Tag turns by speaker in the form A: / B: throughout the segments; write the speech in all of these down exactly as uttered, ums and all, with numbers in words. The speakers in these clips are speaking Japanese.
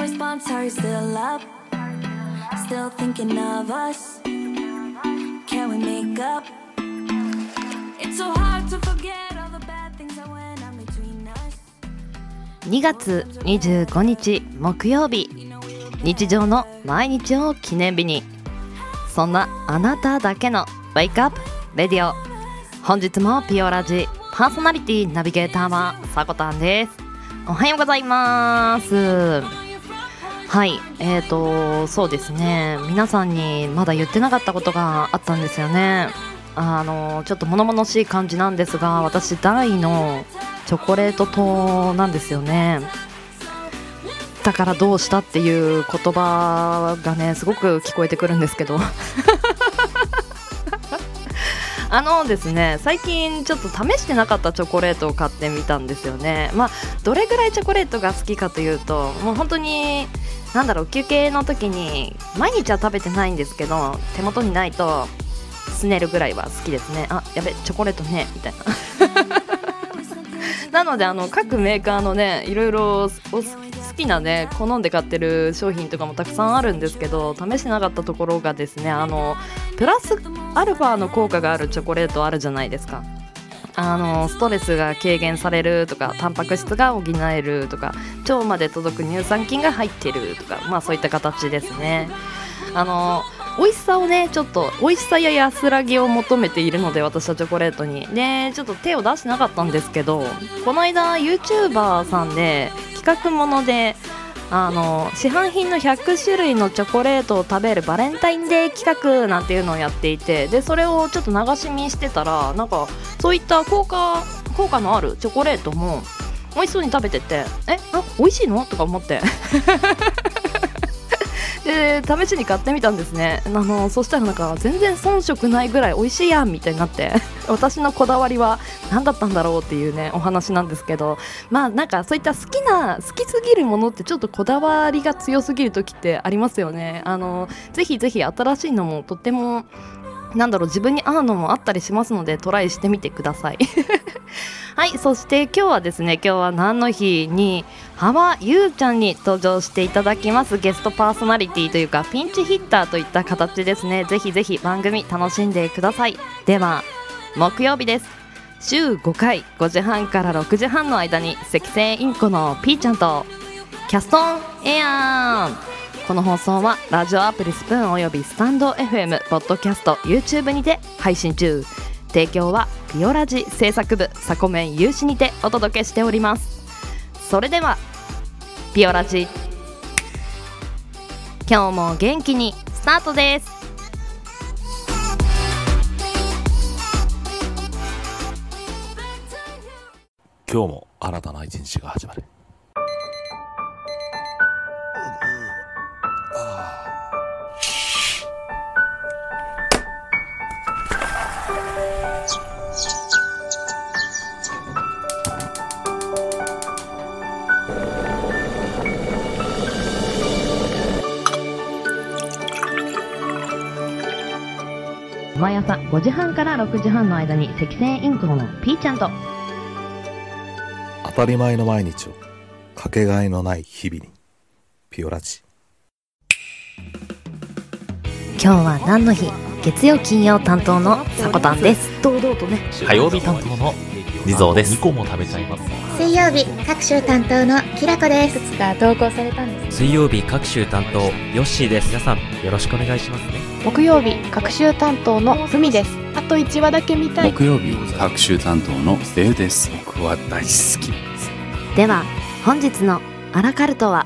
A: response, are you still up? Still thinking of us? Can we make up? It's so hard to forget all the bad things that went on between us.
B: にがつにじゅうごにち木曜日、日常の毎日を記念日に、そんなあなただけの Wake Up Radio。 本日もピオラジパーソナリティナビゲーターはさこたんです。おはようございます。はい、えーとそうですね、皆さんにまだ言ってなかったことがあったんですよね。あのちょっと物々しい感じなんですが、私大のチョコレート党なんですよね。だからどうしたっていう言葉がねすごく聞こえてくるんですけどあのですね、最近ちょっと試してなかったチョコレートを買ってみたんですよね。まあどれぐらいチョコレートが好きかというと、もう本当になんだろう、休憩の時に毎日は食べてないんですけど、手元にないとすねるぐらいは好きですね。あ、やべチョコレートねみたいななのであの各メーカーのねいろいろ好きなね好んで買ってる商品とかもたくさんあるんですけど、試してなかったところがですね、あのプラスアルファの効果があるチョコレートあるじゃないですか。あのストレスが軽減されるとか、タンパク質が補えるとか、腸まで届く乳酸菌が入ってるとか、まあそういった形ですね。あの美味しさをねちょっと美味しさや安らぎを求めているので、私はチョコレートにでちょっと手を出してなかったんですけど、この間 YouTuber さんで企画ものであの市販品のひゃくしゅるいのチョコレートを食べるバレンタインデー企画なんていうのをやっていて、でそれをちょっと流し見してたら、なんかそういった効果効果のあるチョコレートも美味しそうに食べてて、えあ美味しいのとか思ってで試しに買ってみたんですね。あのそしたらなんか全然遜色ないぐらい美味しいやんみたいになって私のこだわりは何だったんだろうっていうねお話なんですけど、まあなんかそういった好きな好きすぎるものってちょっとこだわりが強すぎる時ってありますよね。あのぜひぜひ新しいのもとってもなんだろう自分に合うのもあったりしますので、トライしてみてくださいはい、そして今日はですね、今日は何の日に羽場優ちゃんに登場していただきます。ゲストパーソナリティというかピンチヒッターといった形ですね。ぜひぜひ番組楽しんでください。では木曜日です。週ごかいごじはんからろくじはんの間に赤星インコのピーちゃんとキャストオンエアー。この放送はラジオアプリスプーンおよびスタンド エフエム、ポッドキャスト、YouTube にて配信中。提供はピオラジ制作部サコメン有志にてお届けしております。それではピオラジ今日も元気にスタートです。
C: 今日も新たな一日が始まる。
B: 毎朝ごじはんからろくじはんの間に赤星インコのピーちゃんと
C: 当たり前の毎日をかけがえのない日々に、ピオラジ。
B: 今日は何の日？月曜金曜担当のさこたんです。堂々とね。
D: 火曜日担当のリゾーです。にこも食べちゃいます。
E: 水曜日各週担当のきらこです。いくつか投稿されたんです。
D: 水曜日各週担当ヨッシーです。皆さんよろしくお願いしますね。
F: 木曜日各週担当のふみです。あといちわだけ見たい。
G: 木曜日各週担当のデウです。僕は大好きです。
B: では本日のアラカルトは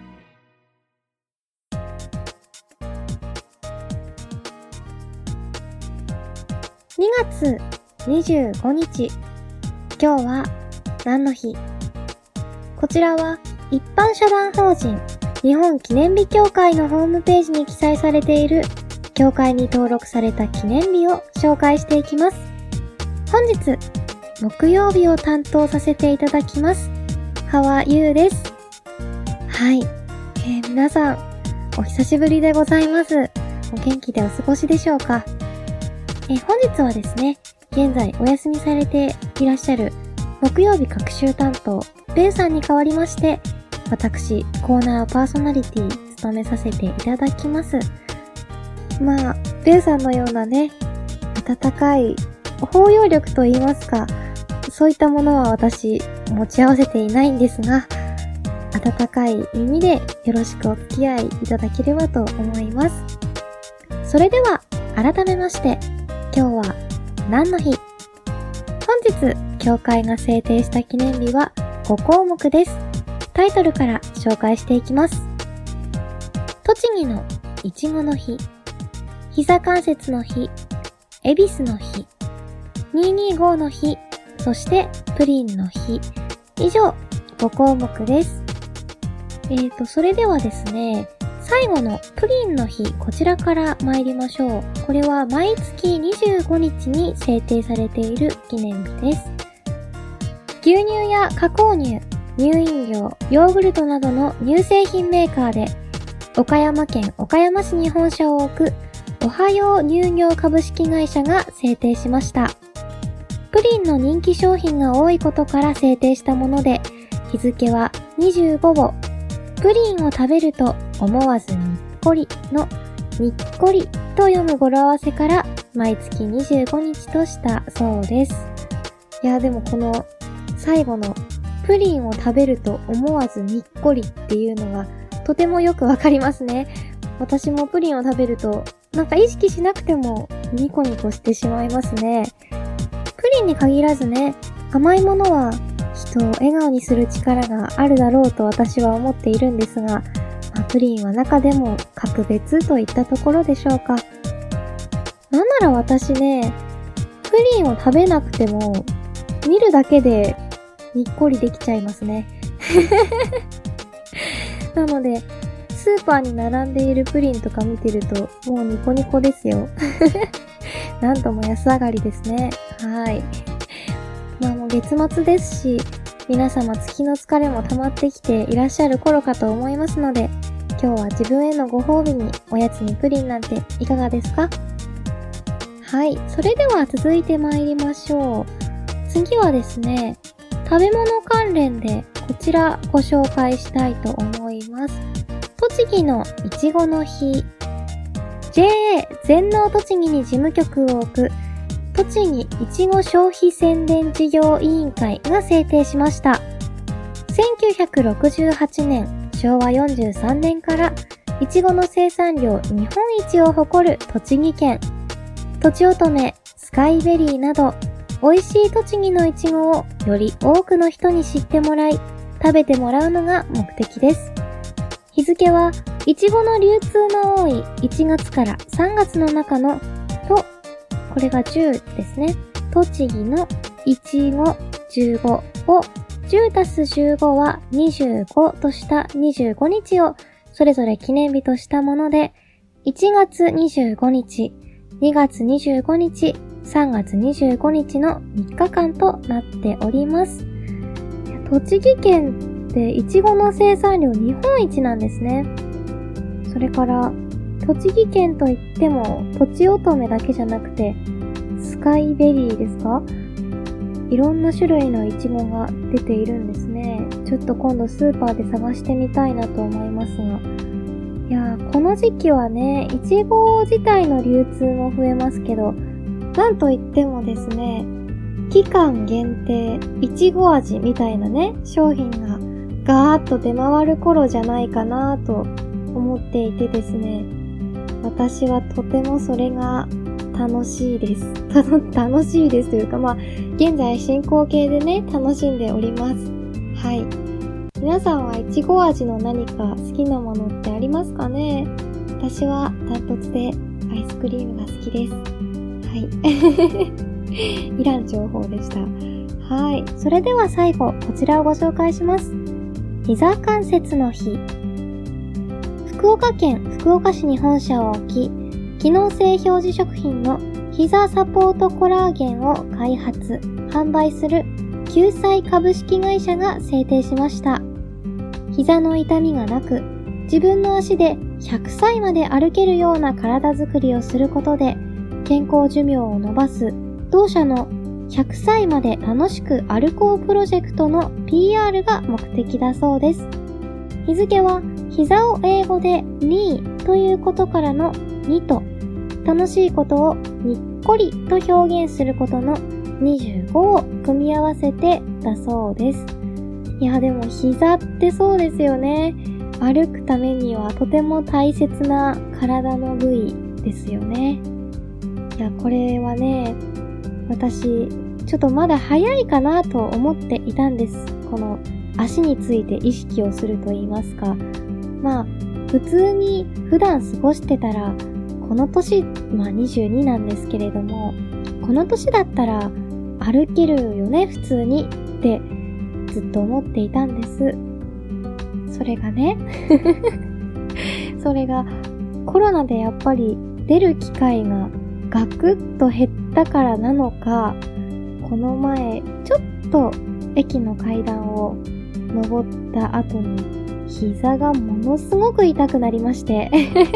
E: にがつにじゅうごにち、今日は何の日？こちらは一般社団法人日本記念日協会のホームページに記載されている協会に登録された記念日を紹介していきます。本日木曜日を担当させていただきます羽場優です。はい、えー、皆さんお久しぶりでございます。お元気でお過ごしでしょうか？えー、本日はですね、現在お休みされていらっしゃる木曜日各週担当ベイさんに代わりまして、 私、コーナーパーソナリティ務めさせていただきます。まあ、ベウさんのようなね、温かい包容力と言いますか、そういったものは私持ち合わせていないんですが、温かい耳でよろしくお付き合いいただければと思います。それでは改めまして、今日は何の日？本日協会が制定した記念日はごこうもくです。タイトルから紹介していきます。栃木のいちごの日、膝関節の日、恵比寿の日、にひゃくにじゅうごの日、そしてプリンの日。以上ごこうもくです。えーと、それではですね、最後のプリンの日、こちらから参りましょう。これは毎月にじゅうごにちに制定されている記念日です。牛乳や加工乳、乳飲料、ヨーグルトなどの乳製品メーカーで、岡山県岡山市に本社を置くおはよう乳業株式会社が制定しました。プリンの人気商品が多いことから制定したもので、日付はにじゅうごご、プリンを食べると思わずにっこりのにっこりと読む語呂合わせから毎月にじゅうごにちとしたそうです。いやでもこの最後のプリンを食べると思わずにっこりっていうのがとてもよくわかりますね。私もプリンを食べるとなんか意識しなくてもニコニコしてしまいますね。プリンに限らずね、甘いものは人を笑顔にする力があるだろうと私は思っているんですが、まあ、プリンは中でも格別といったところでしょうか。なんなら私ね、プリンを食べなくても見るだけでにっこりできちゃいますね。なのでスーパーに並んでいるプリンとか見てるともうニコニコですよ。なんとも安上がりですね。はい。まあもう月末ですし、皆様月の疲れも溜まってきていらっしゃる頃かと思いますので、今日は自分へのご褒美におやつにプリンなんていかがですか？はい。それでは続いて参りましょう。次はですね、食べ物関連でこちらご紹介したいと思います。栃木のいちごの日。ジェーエー 全農栃木に事務局を置く栃木いちご消費宣伝事業委員会が制定しました。せんきゅうひゃくろくじゅうはちねん、しょうわよんじゅうさんねんからいちごの生産量日本一を誇る栃木県。とちおとめ、スカイベリーなど美味しい栃木のいちごをより多くの人に知ってもらい、食べてもらうのが目的です。日付はいちごの流通の多いいちがつからさんがつの中のと、これがじゅうですね。栃木のいちご、じゅうごをじゅうたすじゅうごはにじゅうごとしたにじゅうごにちをそれぞれ記念日としたもので、いちがつにじゅうごにち、にがつにじゅうごにち、さんがつにじゅうごにちのみっかかんとなっております。栃木県っていちごの生産量日本一なんですね。それから栃木県といってもとちおとめだけじゃなくてスカイベリーですか？いろんな種類のイチゴが出ているんですね。ちょっと今度スーパーで探してみたいなと思いますが、いやーこの時期はね、イチゴ自体の流通も増えますけど、なんといってもですね、期間限定いちご味みたいなね商品がガーッと出回る頃じゃないかなと思っていてですね、私はとてもそれが楽しいです。楽しいですというか、まあ現在進行形でね楽しんでおります。はい。皆さんはいちご味の何か好きなものってありますかね？私はダントツでアイスクリームが好きです。はい。いらん情報でした。はい。それでは最後こちらをご紹介します。膝関節の日。福岡県福岡市に本社を置き、機能性表示食品の膝サポートコラーゲンを開発、販売する救済株式会社が制定しました。膝の痛みがなく、自分の足でひゃくさいまで歩けるような体づくりをすることで、健康寿命を伸ばす同社のひゃくさいまで楽しく歩こうプロジェクトの ピーアール が目的だそうです。 日付は膝を英語でニーということからのにと、楽しいことをにっこりと表現することのにじゅうごを組み合わせてだそうです。いやでも膝ってそうですよね。歩くためにはとても大切な体の部位ですよね。いやこれはね、私ちょっとまだ早いかなと思っていたんです。この足について意識をすると言いますか、まあ普通に普段過ごしてたらこの年、まあにじゅうになんですけれども、この年だったら歩けるよね普通にってずっと思っていたんです。それがねそれがコロナでやっぱり出る機会がガクッと減ったからなのか、この前ちょっと駅の階段を登った後に膝がものすごく痛くなりまして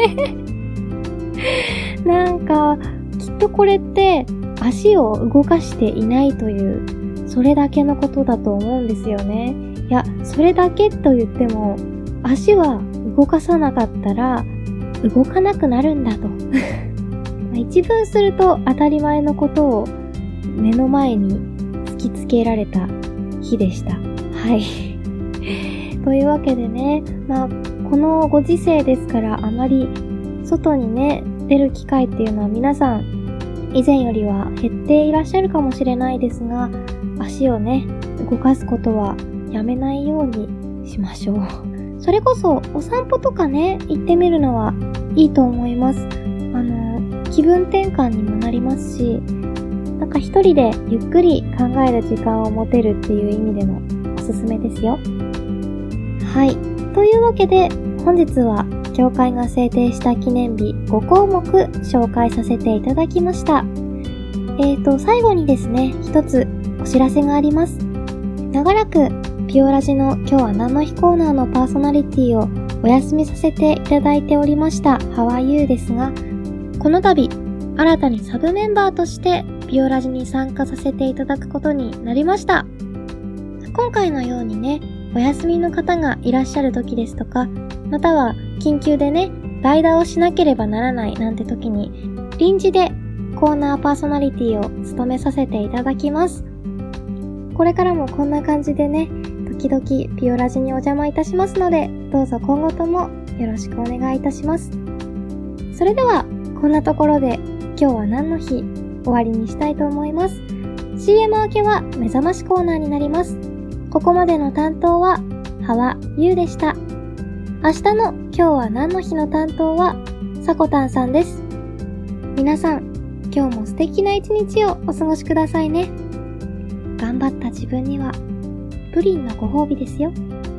E: なんかきっとこれって足を動かしていないというそれだけのことだと思うんですよね。いやそれだけと言っても足は動かさなかったら動かなくなるんだと一文すると当たり前のことを目の前に突きつけられた日でした。はいというわけでね、まあこのご時世ですからあまり外にね出る機会っていうのは皆さん以前よりは減っていらっしゃるかもしれないですが、足をね動かすことはやめないようにしましょう。それこそお散歩とかね行ってみるのはいいと思います。あの気分転換にもなりますし、なんか一人でゆっくり考える時間を持てるっていう意味でもおすすめですよ。はい、というわけで本日は協会が制定した記念日ごこうもく紹介させていただきました。えーと最後にですね、一つお知らせがあります。長らくピオラジの今日は何の日コーナーのパーソナリティをお休みさせていただいておりましたハワイユーですが、この度新たにサブメンバーとしてピオラジに参加させていただくことになりました。今回のようにね、お休みの方がいらっしゃる時ですとか、または緊急でね代打をしなければならないなんて時に臨時でコーナーパーソナリティを務めさせていただきます。これからもこんな感じでね時々ピオラジにお邪魔いたしますので、どうぞ今後ともよろしくお願いいたします。それではこんなところで今日は何の日終わりにしたいと思います。 シーエム 明けは目覚ましコーナーになります。ここまでの担当はハワユーでした。明日の今日は何の日の担当はさこたんさんです。皆さん今日も素敵な一日をお過ごしくださいね。頑張った自分にはプリンのご褒美ですよ。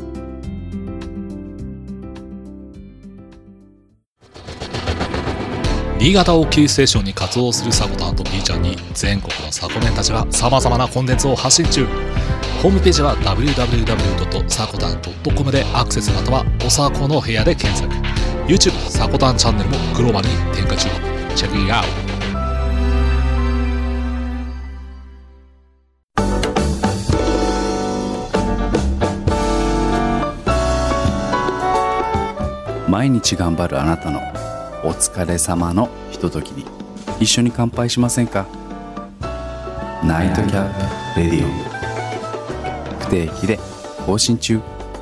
C: 新潟をキーステーションに活動するサコタンと B ちゃんに全国のサコメンたちが様々なコンテンツを発信中。ホームページは ダブリューダブリューダブリュードットサコタンドットコム でアクセス、またはおさこの部屋で検索。 YouTube サコタンチャンネルもグローバルに展開中。チェックイットアウト。
G: 毎日頑張るあなたのお疲れ様のひとときに一緒に乾杯しませんか。ナイトキャップレディオ不定期で更新中。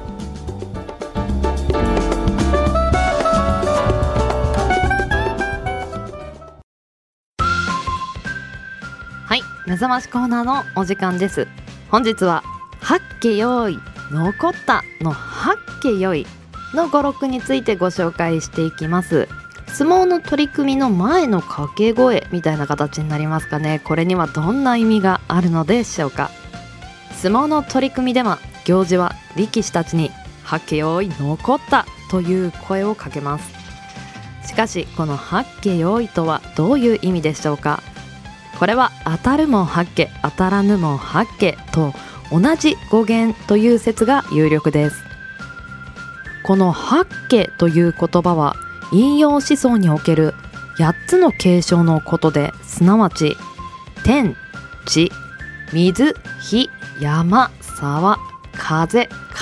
B: はい、目覚ましコーナーのお時間です。本日ははっけよい残ったのはっけよいの語録についてご紹介していきます。相撲の取り組みの前の掛け声みたいな形になりますかね。これにはどんな意味があるのでしょうか。相撲の取り組みでは行司は力士たちにはっけよい残ったという声をかけます。しかしこのはっけよいとはどういう意味でしょうか。これは当たるもはっけ当たらぬもはっけと同じ語源という説が有力です。このはっけという言葉は陰陽思想におけるやっつの継承のことで、すなわち天、地、水、火、山、沢、風、